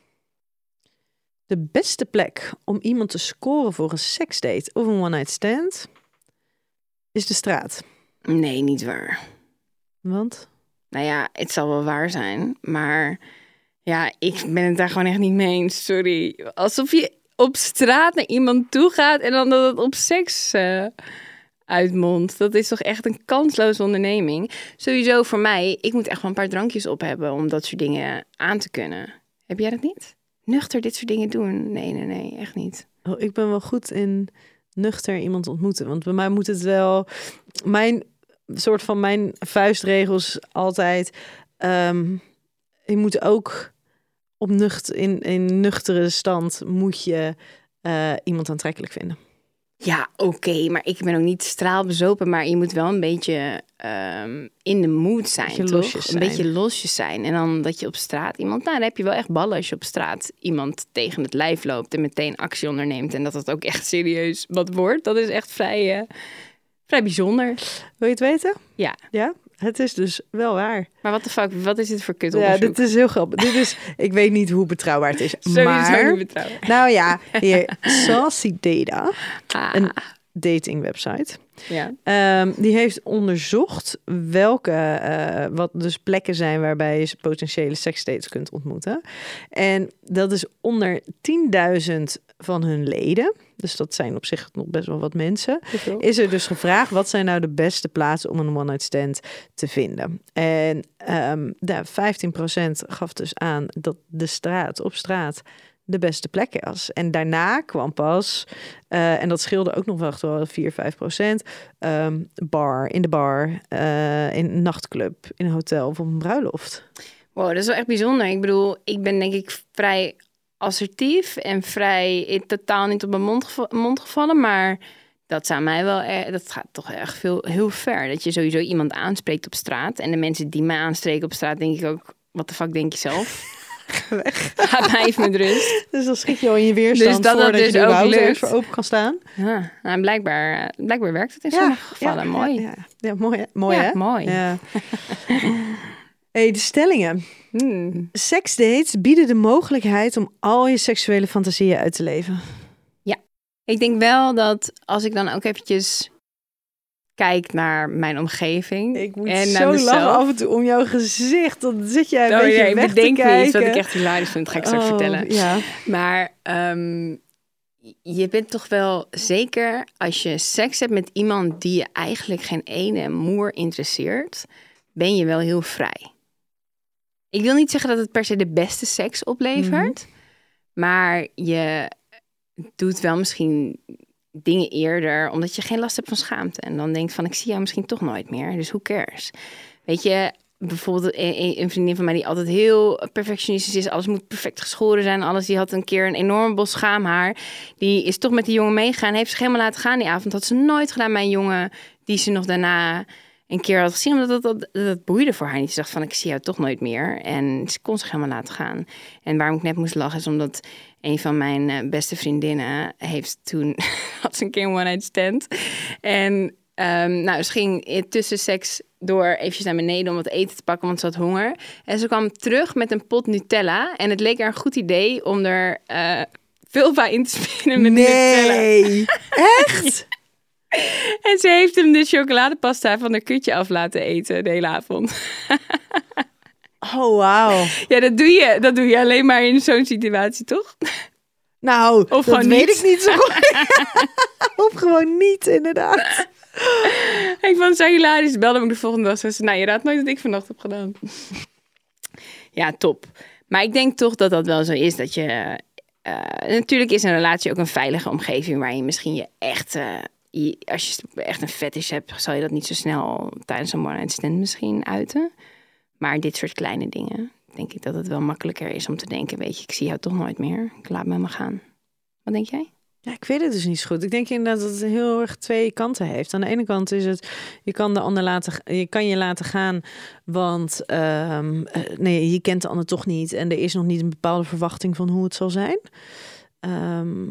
De beste plek om iemand te scoren voor een seksdate of een one-night stand is de straat. Nee, niet waar. Want? Nou ja, het zal wel waar zijn, maar ja, ik ben het daar gewoon echt niet mee eens. Sorry. Alsof je op straat naar iemand toe gaat en dan dat het op seks uh, uitmondt. Dat is toch echt een kansloze onderneming. Sowieso voor mij, ik moet echt wel een paar drankjes op hebben om dat soort dingen aan te kunnen. Heb jij dat niet? Nuchter dit soort dingen doen? Nee, nee, nee, echt niet. Oh, ik ben wel goed in nuchter iemand ontmoeten. Want bij mij moet het wel... Mijn soort van mijn vuistregels altijd... Um, je moet ook... Op nucht, in, in nuchtere stand moet je uh, iemand aantrekkelijk vinden. Ja, oké, okay, maar ik ben ook niet straalbezopen, maar je moet wel een beetje um, in de mood zijn, beetje toch? Losjes zijn. Een beetje losjes zijn. En dan dat je op straat iemand... Nou, dan heb je wel echt ballen als je op straat iemand tegen het lijf loopt en meteen actie onderneemt. En dat het ook echt serieus wat wordt. Dat is echt vrij, uh, vrij bijzonder. Wil je het weten? Ja. Ja? Het is dus wel waar. Maar wat de fuck, wat is dit voor kut onderzoek? Ja, dit is heel grappig. Dit is, ik weet niet hoe betrouwbaar het is. Sowieso maar, niet betrouwbaar. Nou ja, hier, Saucy Data. Ah. Een dating website. Ja. Um, die heeft onderzocht welke uh, wat dus plekken zijn waarbij je potentiële seksdates kunt ontmoeten. En dat is onder tienduizend van hun leden. Dus dat zijn op zich nog best wel wat mensen. Is er dus gevraagd, wat zijn nou de beste plaatsen om een one-night stand te vinden? En um, de vijftien procent gaf dus aan dat de straat op straat de beste plek was. En daarna kwam pas, uh, en dat scheelde ook nog wel vier, vijf procent, um, bar, in de bar, uh, in een nachtclub, in een hotel of op een bruiloft. Wow, dat is wel echt bijzonder. Ik bedoel, ik ben denk ik vrij assertief en vrij in totaal niet op mijn mond, gev- mond gevallen, maar dat zou mij wel, er, dat gaat toch echt veel, heel ver. Dat je sowieso iemand aanspreekt op straat en de mensen die mij aanspreken op straat, denk ik ook, wat de fuck denk je zelf? Weg. Gaat mij even met rust. Dus dan schiet je al in je weerstand dus dat voordat dat dus je er ook überhaupt voor open kan staan. Ja, nou, blijkbaar, blijkbaar werkt het in ja, sommige gevallen. Ja, mooi. Ja, ja. ja mooi, hè? Mooi, ja, hè? mooi. Ja. Hey, de stellingen. Hmm. Seksdates bieden de mogelijkheid om al je seksuele fantasieën uit te leven. Ja, ik denk wel dat als ik dan ook eventjes kijk naar mijn omgeving. Ik moet en zo naar mezelf. lachen af en toe om jouw gezicht. Dan zit jij een oh, beetje ja, weg ik bedenk te kijken. iets wat ik echt hilarisch vind. Dat ga ik straks oh, vertellen. Ja. Maar um, je bent toch wel zeker als je seks hebt met iemand die je eigenlijk geen ene moer interesseert, ben je wel heel vrij. Ik wil niet zeggen dat het per se de beste seks oplevert, mm-hmm. maar je doet wel misschien dingen eerder, omdat je geen last hebt van schaamte. En dan denkt van, ik zie jou misschien toch nooit meer, dus who cares? Weet je, bijvoorbeeld een, een vriendin van mij die altijd heel perfectionistisch is, alles moet perfect geschoren zijn, alles, die had een keer een enorm bos schaamhaar. Die is toch met die jongen meegegaan, heeft zich helemaal laten gaan die avond. Had ze nooit gedaan met een jongen die ze nog daarna een keer had gezien, omdat dat, dat, dat boeide voor haar niet. Ze dacht van, ik zie jou toch nooit meer. En ze kon zich helemaal laten gaan. En waarom ik net moest lachen is omdat een van mijn beste vriendinnen heeft toen, had ze een keer een one-night stand. En um, nou, ze ging tussen seks door eventjes naar beneden om wat eten te pakken, want ze had honger. En ze kwam terug met een pot Nutella. En het leek haar een goed idee om er uh, vulva in te spinnen met nee, Nutella. Nee, echt? Ja. En ze heeft hem de chocoladepasta van haar kutje af laten eten de hele avond. Oh, wauw. Ja, dat doe je, dat doe je alleen maar in zo'n situatie, toch? Nou, of dat weet niet. ik niet zo goed. Of gewoon niet, inderdaad. Ik vond het zo hilarisch. Belde me de volgende dag. Ze zei, nou, je raadt nooit wat ik vannacht heb gedaan. Ja, top. Maar ik denk toch dat dat wel zo is. Dat je... Uh, natuurlijk is een relatie ook een veilige omgeving waar je misschien je echt... Uh, je, als je echt een fetish hebt, zal je dat niet zo snel tijdens een one-night stand misschien uiten. Maar dit soort kleine dingen, denk ik dat het wel makkelijker is om te denken, weet je, ik zie jou toch nooit meer. Ik laat me maar gaan. Wat denk jij? Ja, ik weet het dus niet zo goed. Ik denk inderdaad dat het heel erg twee kanten heeft. Aan de ene kant is het, je kan de ander laten, je kan je laten gaan, want um, nee, je kent de ander toch niet en er is nog niet een bepaalde verwachting van hoe het zal zijn. Um,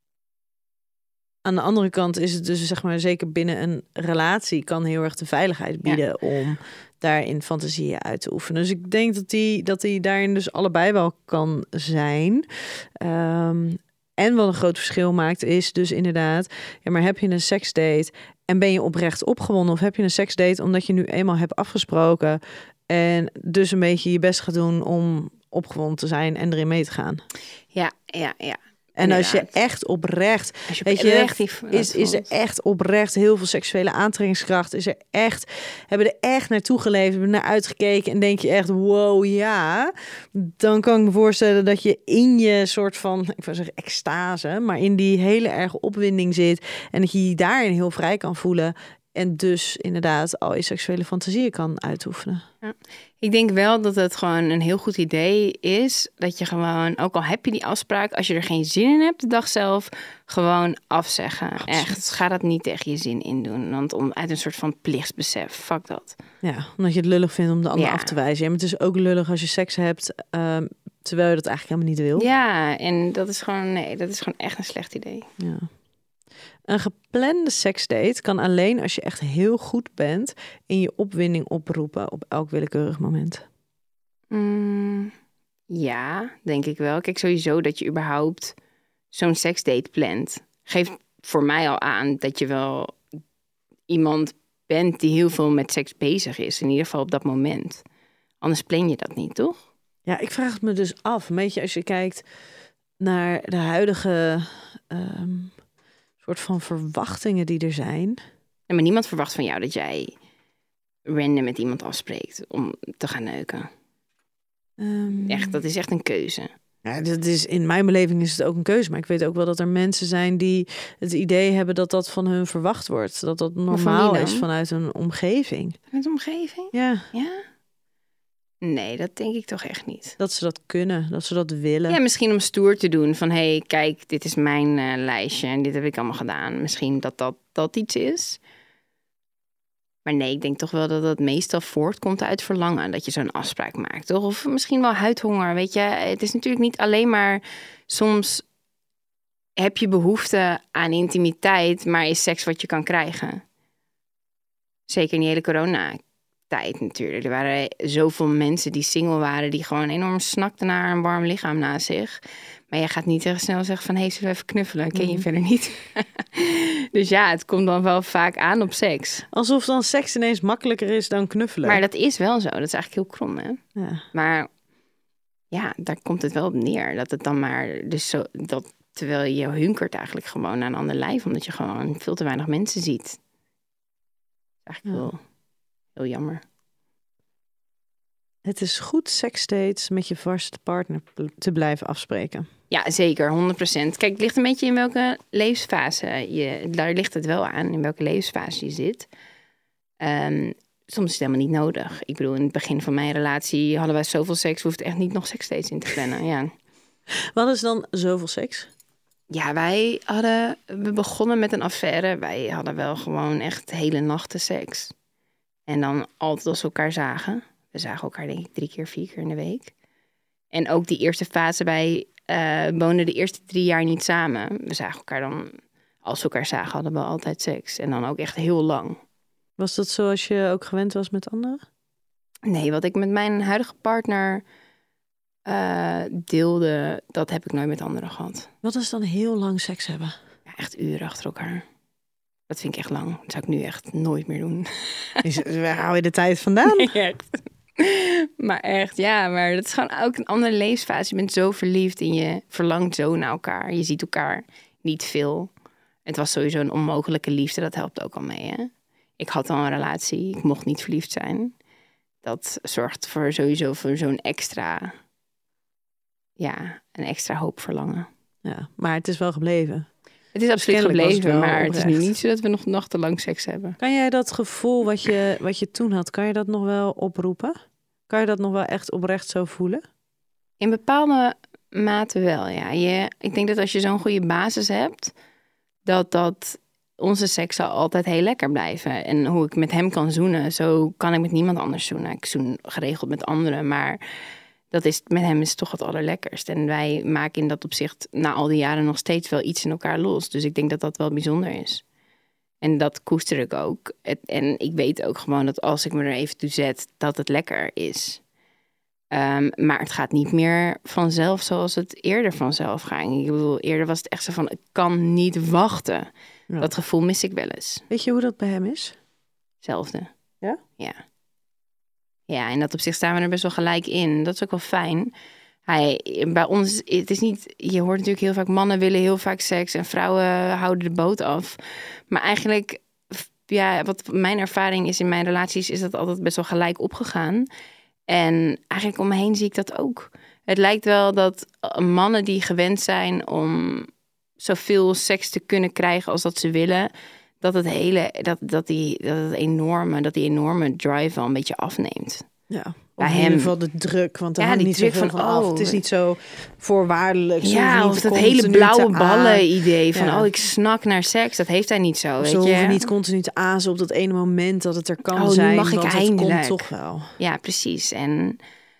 aan de andere kant is het dus, zeg maar, zeker binnen een relatie kan heel erg de veiligheid bieden ja. om daarin fantasieën uit te oefenen. Dus ik denk dat die, dat die daarin dus allebei wel kan zijn. Um, En wat een groot verschil maakt is dus inderdaad, ja, maar heb je een seksdate en ben je oprecht opgewonden, of heb je een seksdate omdat je nu eenmaal hebt afgesproken en dus een beetje je best gaat doen om opgewonden te zijn en erin mee te gaan. Ja, ja, ja. En inderdaad. Als je echt oprecht, als je weet oprecht je, die, is, is er echt oprecht heel veel seksuele aantrekkingskracht. Is er echt, hebben er echt naartoe geleefd, hebben naar uitgekeken en denk je echt, wow, ja. Dan kan ik me voorstellen dat je in je soort van, ik wil zeggen extase, maar in die hele erge opwinding zit en dat je je daarin heel vrij kan voelen. En dus inderdaad al je seksuele fantasieën kan uitoefenen. Ja. Ik denk wel dat het gewoon een heel goed idee is. Dat je gewoon, ook al heb je die afspraak, als je er geen zin in hebt de dag zelf, gewoon afzeggen. Absoluut. Echt, ga dat niet tegen je zin in doen. Want om, uit een soort van plichtsbesef, fuck dat. Ja, omdat je het lullig vindt om de ander ja. af te wijzen. Ja, maar het is ook lullig als je seks hebt, um, terwijl je dat eigenlijk helemaal niet wil. Ja, en dat is gewoon, nee, dat is gewoon echt een slecht idee. Ja. Een geplande seksdate kan alleen als je echt heel goed bent in je opwinding oproepen op elk willekeurig moment. Mm, ja, denk ik wel. Kijk, sowieso dat je überhaupt zo'n seksdate plant, geeft voor mij al aan dat je wel iemand bent die heel veel met seks bezig is. In ieder geval op dat moment. Anders plan je dat niet, toch? Ja, ik vraag het me dus af. Weet je, als je kijkt naar de huidige um, soort van verwachtingen die er zijn. Ja, maar niemand verwacht van jou dat jij random met iemand afspreekt om te gaan neuken. Um, echt, dat is echt een keuze. Ja, dat is, in mijn beleving is het ook een keuze. Maar ik weet ook wel dat er mensen zijn die het idee hebben dat dat van hun verwacht wordt. Dat dat normaal is vanuit een omgeving. Vanuit een omgeving? Ja. Ja? Nee, dat denk ik toch echt niet. Dat ze dat kunnen, dat ze dat willen. Ja, misschien om stoer te doen. Van, hé, hey, kijk, dit is mijn uh, lijstje en dit heb ik allemaal gedaan. Misschien dat dat, dat iets is. Maar nee, ik denk toch wel dat dat meestal voortkomt uit verlangen. Dat je zo'n afspraak maakt, toch? Of misschien wel huidhonger, weet je. Het is natuurlijk niet alleen maar... Soms heb je behoefte aan intimiteit, maar is seks wat je kan krijgen. Zeker in die hele coronatijd natuurlijk. Er waren zoveel mensen die single waren, die gewoon enorm snakten naar een warm lichaam naast zich. Maar jij gaat niet echt snel zeggen van, hé, hey, zullen we even knuffelen? Ken je mm. verder niet. Dus ja, het komt dan wel vaak aan op seks. Alsof dan seks ineens makkelijker is dan knuffelen. Maar dat is wel zo. Dat is eigenlijk heel krom, hè? Ja. Maar ja, daar komt het wel op neer. Dat het dan maar, dus zo, dat terwijl je hunkert eigenlijk gewoon naar een ander lijf, omdat je gewoon veel te weinig mensen ziet. Dat is eigenlijk ja. heel, heel jammer. Het is goed seksdates met je vaste partner te blijven afspreken. Ja, zeker, honderd procent. Kijk, het ligt een beetje in welke levensfase je... Daar ligt het wel aan, in welke levensfase je zit. Um, soms is het helemaal niet nodig. Ik bedoel, in het begin van mijn relatie hadden wij zoveel seks, we hoefden echt niet nog seksdates in te plannen. Ja. Wat is dan zoveel seks? Ja, wij hadden... We begonnen met een affaire. Wij hadden wel gewoon echt hele nachten seks. En dan altijd als we elkaar zagen. We zagen elkaar denk ik drie keer, vier keer in de week. En ook die eerste fase, wij uh, woonden de eerste drie jaar niet samen. We zagen elkaar dan, als we elkaar zagen, hadden we altijd seks. En dan ook echt heel lang. Was dat zoals je ook gewend was met anderen? Nee, wat ik met mijn huidige partner uh, deelde, dat heb ik nooit met anderen gehad. Wat is dan heel lang seks hebben? Ja, echt uren achter elkaar. Dat vind ik echt lang. Dat zou ik nu echt nooit meer doen. Waar hou je de tijd vandaan? Nee, echt. Maar echt, ja, maar dat is gewoon ook een andere levensfase. Je bent zo verliefd en je verlangt zo naar elkaar. Je ziet elkaar niet veel. Het was sowieso een onmogelijke liefde, dat helpt ook al mee, hè? Ik had al een relatie, ik mocht niet verliefd zijn. Dat zorgt voor sowieso voor zo'n extra, ja, een extra hoop verlangen. Ja, maar het is wel gebleven. Het is absoluut gebleven, maar het is nu niet zo dat we nog nachtenlang seks hebben. Kan jij dat gevoel wat je, wat je toen had, kan je dat nog wel oproepen? Kan je dat nog wel echt oprecht zo voelen? In bepaalde mate wel, ja. Je, ik denk dat als je zo'n goede basis hebt, dat dat onze seks zal altijd heel lekker blijven. En hoe ik met hem kan zoenen, zo kan ik met niemand anders zoenen. Ik zoen geregeld met anderen, maar dat is, met hem is het toch het allerlekkerst. En wij maken in dat opzicht na al die jaren nog steeds wel iets in elkaar los. Dus ik denk dat dat wel bijzonder is. En dat koester ik ook. En ik weet ook gewoon dat als ik me er even toe zet, dat het lekker is. Um, maar het gaat niet meer vanzelf zoals het eerder vanzelf ging. Ik bedoel, eerder was het echt zo van, ik kan niet wachten. Ja. Dat gevoel mis ik wel eens. Weet je hoe dat bij hem is? Hetzelfde. Ja? Ja. Ja, in dat opzicht staan we er best wel gelijk in. Dat is ook wel fijn. Hij, bij ons, het is niet, je hoort natuurlijk heel vaak, mannen willen heel vaak seks en vrouwen houden de boot af. Maar eigenlijk, ja, wat mijn ervaring is in mijn relaties, is dat altijd best wel gelijk opgegaan. En eigenlijk om me heen zie ik dat ook. Het lijkt wel dat mannen die gewend zijn om zoveel seks te kunnen krijgen als dat ze willen, dat het hele, dat, dat die, dat het enorme, dat die enorme drive wel een beetje afneemt. Ja, bij in hem. ieder geval de druk, want er ja, hangt niet zoveel van, van af. Oh, het is niet zo voorwaardelijk. Ja, of dat hele blauwe ballen idee van, ja. oh, ik snak naar seks. Dat heeft hij niet zo, weet zo je. Zo niet continu te azen op dat ene moment dat het er kan oh, zijn. Nu mag ik want eindelijk. Het komt toch wel. Ja, precies. En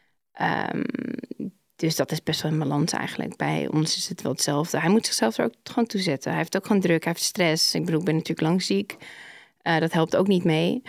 um, dus dat is best wel een balans eigenlijk. Bij ons is het wel hetzelfde. Hij moet zichzelf er ook gewoon toe zetten. Hij heeft ook gewoon druk, hij heeft stress. Ik bedoel, ik ben natuurlijk lang ziek. Uh, dat helpt ook niet mee.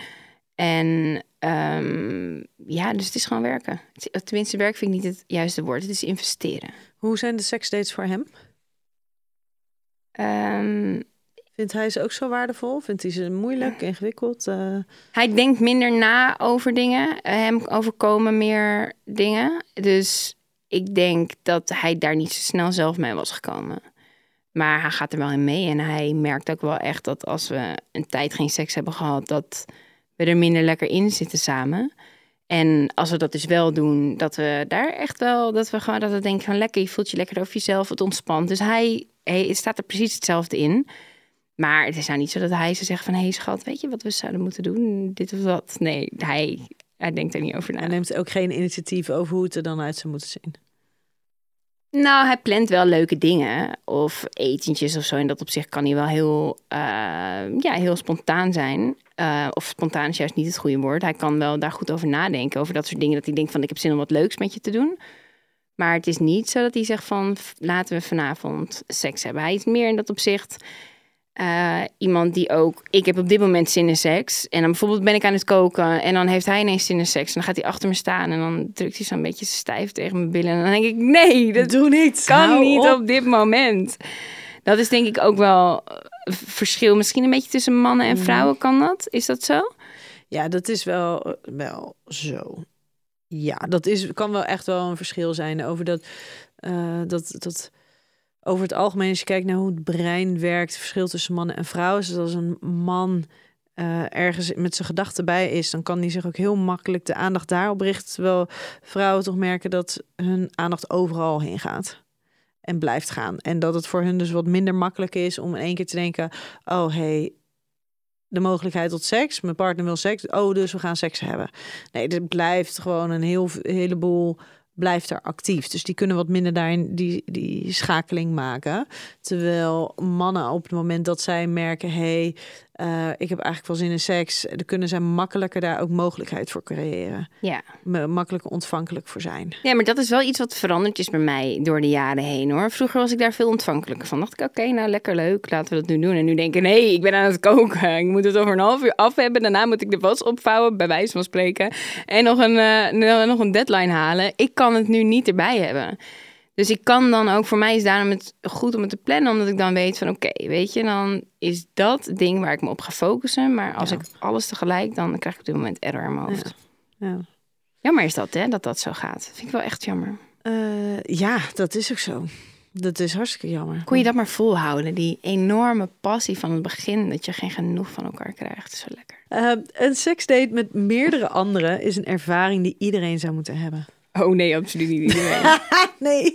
En um, ja, dus het is gewoon werken. Tenminste, werk vind ik niet het juiste woord. Het is investeren. Hoe zijn de seksdates voor hem? Um, Vindt hij ze ook zo waardevol? Vindt hij ze moeilijk, ingewikkeld? Uh... Hij denkt minder na over dingen. Hem overkomen meer dingen. Dus ik denk dat hij daar niet zo snel zelf mee was gekomen. Maar hij gaat er wel in mee. En hij merkt ook wel echt dat als we een tijd geen seks hebben gehad, dat we er minder lekker in zitten samen. En als we dat dus wel doen, dat we daar echt wel, dat we gewoon dat we denken van lekker, je voelt je lekker over jezelf, het ontspant. Dus hij, hij staat er precies hetzelfde in. Maar het is nou niet zo dat hij ze zegt van, hé hey, schat, weet je wat we zouden moeten doen? Dit of dat. Nee, hij, hij denkt er niet over na. Hij neemt ook geen initiatief over hoe het er dan uit zou moeten zien. Nou, hij plant wel leuke dingen of etentjes of zo. En dat op zich kan hij wel heel, uh, ja, heel spontaan zijn. Uh, of spontaan is juist niet het goede woord. Hij kan wel daar goed over nadenken. Over dat soort dingen. Dat hij denkt van, ik heb zin om wat leuks met je te doen. Maar het is niet zo dat hij zegt van, laten we vanavond seks hebben. Hij is meer in dat opzicht uh, iemand die ook, ik heb op dit moment zin in seks. En dan bijvoorbeeld ben ik aan het koken. En dan heeft hij ineens zin in seks. En dan gaat hij achter me staan. En dan drukt hij zo'n beetje stijf tegen mijn billen. En dan denk ik, nee, dat doe niet. kan Hou niet op. op dit moment. Dat is denk ik ook wel een verschil. Misschien een beetje tussen mannen en vrouwen kan dat. Is dat zo? Ja, dat is wel, wel zo. Ja, dat is, kan wel echt wel een verschil zijn over dat, uh, dat, dat over het algemeen, als je kijkt naar hoe het brein werkt, het verschil tussen mannen en vrouwen, is dat als een man uh, ergens met zijn gedachten bij is, dan kan die zich ook heel makkelijk de aandacht daarop richten, terwijl vrouwen toch merken dat hun aandacht overal heen gaat en blijft gaan. En dat het voor hun dus wat minder makkelijk is om in één keer te denken, oh hey, de mogelijkheid tot seks. Mijn partner wil seks. Oh, dus we gaan seks hebben. Nee, er blijft gewoon een heel, heleboel blijft er actief. Dus die kunnen wat minder daarin die, die schakeling maken. Terwijl mannen op het moment dat zij merken, hey, uh, ik heb eigenlijk wel zin in seks, dan kunnen zij makkelijker daar ook mogelijkheid voor creëren. Ja. M- makkelijker ontvankelijk voor zijn. Ja, maar dat is wel iets wat veranderd is bij mij door de jaren heen, hoor. Vroeger was ik daar veel ontvankelijker van. Dacht ik, oké, okay, nou lekker leuk, laten we dat nu doen. En nu denk ik, nee, ik ben aan het koken. Ik moet het over een half uur af hebben. Daarna moet ik de was opvouwen, bij wijze van spreken. En nog een, uh, nog een deadline halen. Ik kan het nu niet erbij hebben. Dus ik kan dan ook, voor mij is daarom het goed om het te plannen, omdat ik dan weet van oké, okay, weet je, dan is dat het ding waar ik me op ga focussen. Maar als ja. ik alles tegelijk, dan krijg ik op dit moment error in mijn hoofd. Ja. Ja. Jammer is dat, hè, dat dat zo gaat. Dat vind ik wel echt jammer. Uh, ja, dat is ook zo. Dat is hartstikke jammer. Kon je dat maar volhouden, die enorme passie van het begin, dat je geen genoeg van elkaar krijgt. Zo lekker. Uh, een seksdate met meerdere anderen is een ervaring die iedereen zou moeten hebben. Oh nee, absoluut niet iedereen. nee.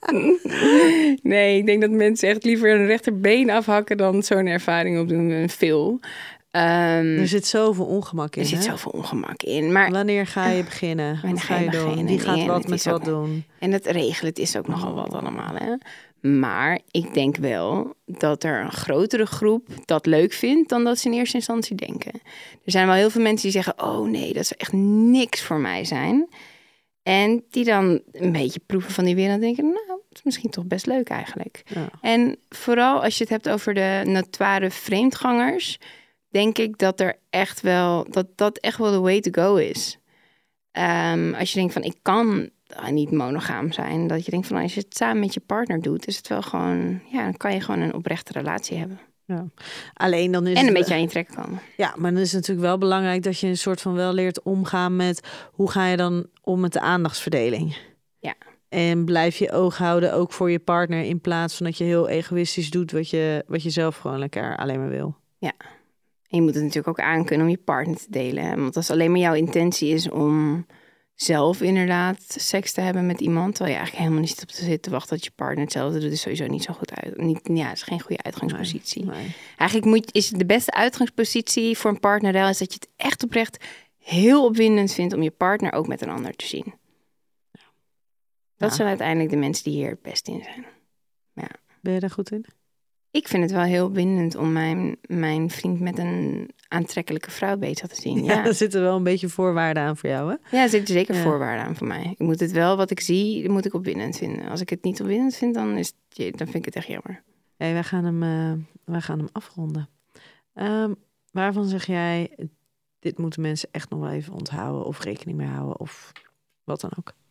nee, ik denk dat mensen echt liever een rechterbeen afhakken dan zo'n ervaring opdoen. Veel. Um, er zit zoveel ongemak in. Er zit hè? zoveel ongemak in. Maar wanneer ga je beginnen? Wanneer wat ga je doen? Wie gaat nee, wat met wat ook, doen? En het regelen, het is ook nogal wat allemaal. Hè? Maar ik denk wel dat er een grotere groep dat leuk vindt dan dat ze in eerste instantie denken. Er zijn wel heel veel mensen die zeggen, oh nee, dat zou echt niks voor mij zijn. En die dan een beetje proeven van die wereld en denken, nou, het is misschien toch best leuk eigenlijk. Ja. En vooral als je het hebt over de notoire vreemdgangers, denk ik dat er echt wel, dat dat echt wel de way to go is. Um, als je denkt van, ik kan niet monogaam zijn, dat je denkt van, als je het samen met je partner doet, is het wel gewoon, ja, dan kan je gewoon een oprechte relatie hebben. Ja. Alleen dan is en een het, beetje aan je trekken komen. Ja, maar dan is het natuurlijk wel belangrijk dat je een soort van wel leert omgaan met hoe ga je dan om met de aandachtsverdeling. Ja. En blijf je oog houden ook voor je partner in plaats van dat je heel egoïstisch doet wat je, wat je zelf gewoon lekker alleen maar wil. Ja. En je moet het natuurlijk ook aankunnen om je partner te delen. Hè? Want als alleen maar jouw intentie is om zelf inderdaad seks te hebben met iemand, terwijl je eigenlijk helemaal niet op te zitten te wachten dat je partner hetzelfde doet, is sowieso niet zo goed uit. Niet, ja, het is geen goede uitgangspositie. Nee, nee. Eigenlijk moet, is de beste uitgangspositie voor een partnerrel is dat je het echt oprecht heel opwindend vindt om je partner ook met een ander te zien. Ja. Dat ja. zijn uiteindelijk de mensen die hier het beste in zijn. Ja. Ben je daar goed in? Ik vind het wel heel opwindend om mijn, mijn vriend met een aantrekkelijke vrouw bezig te zien. Ja, ja, er zitten wel een beetje voorwaarden aan voor jou, hè? Ja, er zitten zeker ja. voorwaarden aan voor mij. Ik moet het wel, wat ik zie, moet ik opwindend vinden. Als ik het niet opwindend vind, dan, is het, dan vind ik het echt jammer. Hey, wij, gaan hem, uh, wij gaan hem afronden. Um, waarvan zeg jij, dit moeten mensen echt nog wel even onthouden of rekening mee houden of wat dan ook?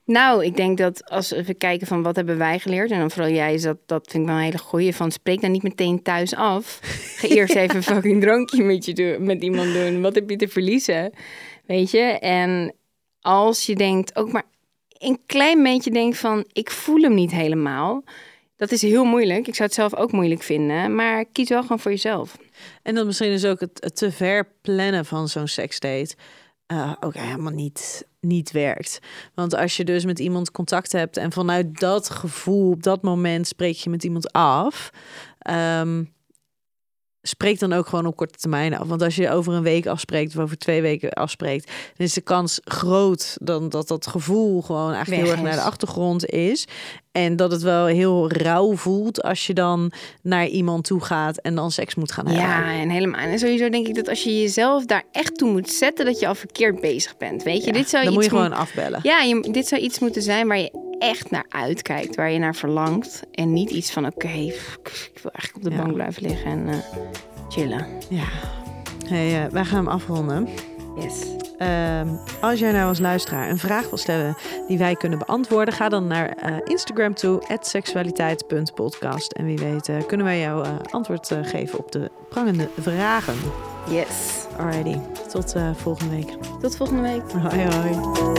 Nou, ik denk dat als we even kijken van wat hebben wij geleerd... en dan vooral jij, is dat, dat vind ik wel een hele goeie... van spreek dan niet meteen thuis af. Ga eerst ja. even een fucking drankje met, je doen, met iemand doen. Wat heb je te verliezen? Weet je? En als je denkt, ook maar een klein beetje denkt van... ik voel hem niet helemaal... Dat is heel moeilijk. Ik zou het zelf ook moeilijk vinden. Maar kies wel gewoon voor jezelf. En dan misschien dus ook het, het te ver plannen van zo'n seksdate... Uh, ook helemaal niet, niet werkt. Want als je dus met iemand contact hebt... en vanuit dat gevoel op dat moment spreek je met iemand af... Um, spreek dan ook gewoon op korte termijn af. Want als je over een week afspreekt of over twee weken afspreekt... dan is de kans groot dan dat dat gevoel gewoon eigenlijk heel erg naar de achtergrond is. En dat het wel heel rauw voelt als je dan naar iemand toe gaat en dan seks moet gaan hebben. Ja, en helemaal. En sowieso denk ik dat als je jezelf daar echt toe moet zetten, dat je al verkeerd bezig bent. Weet je, ja, dit zou dan iets moet je gewoon moet... afbellen. Ja, je, dit zou iets moeten zijn waar je echt naar uitkijkt, waar je naar verlangt. En niet iets van, oké, okay, ik wil eigenlijk op de ja. bank blijven liggen en uh, chillen. Ja. Hey, uh, wij gaan hem afronden. Yes. Um, als jij nou als luisteraar een vraag wil stellen die wij kunnen beantwoorden, ga dan naar uh, Instagram toe, at seksualiteit punt podcast. En wie weet uh, kunnen wij jou uh, antwoord uh, geven op de prangende vragen. Yes. Alrighty, tot uh, volgende week. Tot volgende week. Hoi hoi.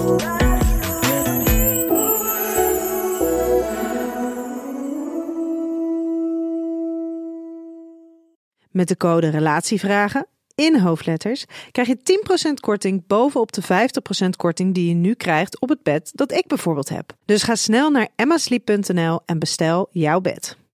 Met de code RELATIEVRAGEN in hoofdletters krijg je tien procent korting bovenop de vijftig procent korting die je nu krijgt op het bed dat ik bijvoorbeeld heb. Dus ga snel naar emma sleep punt n l en bestel jouw bed.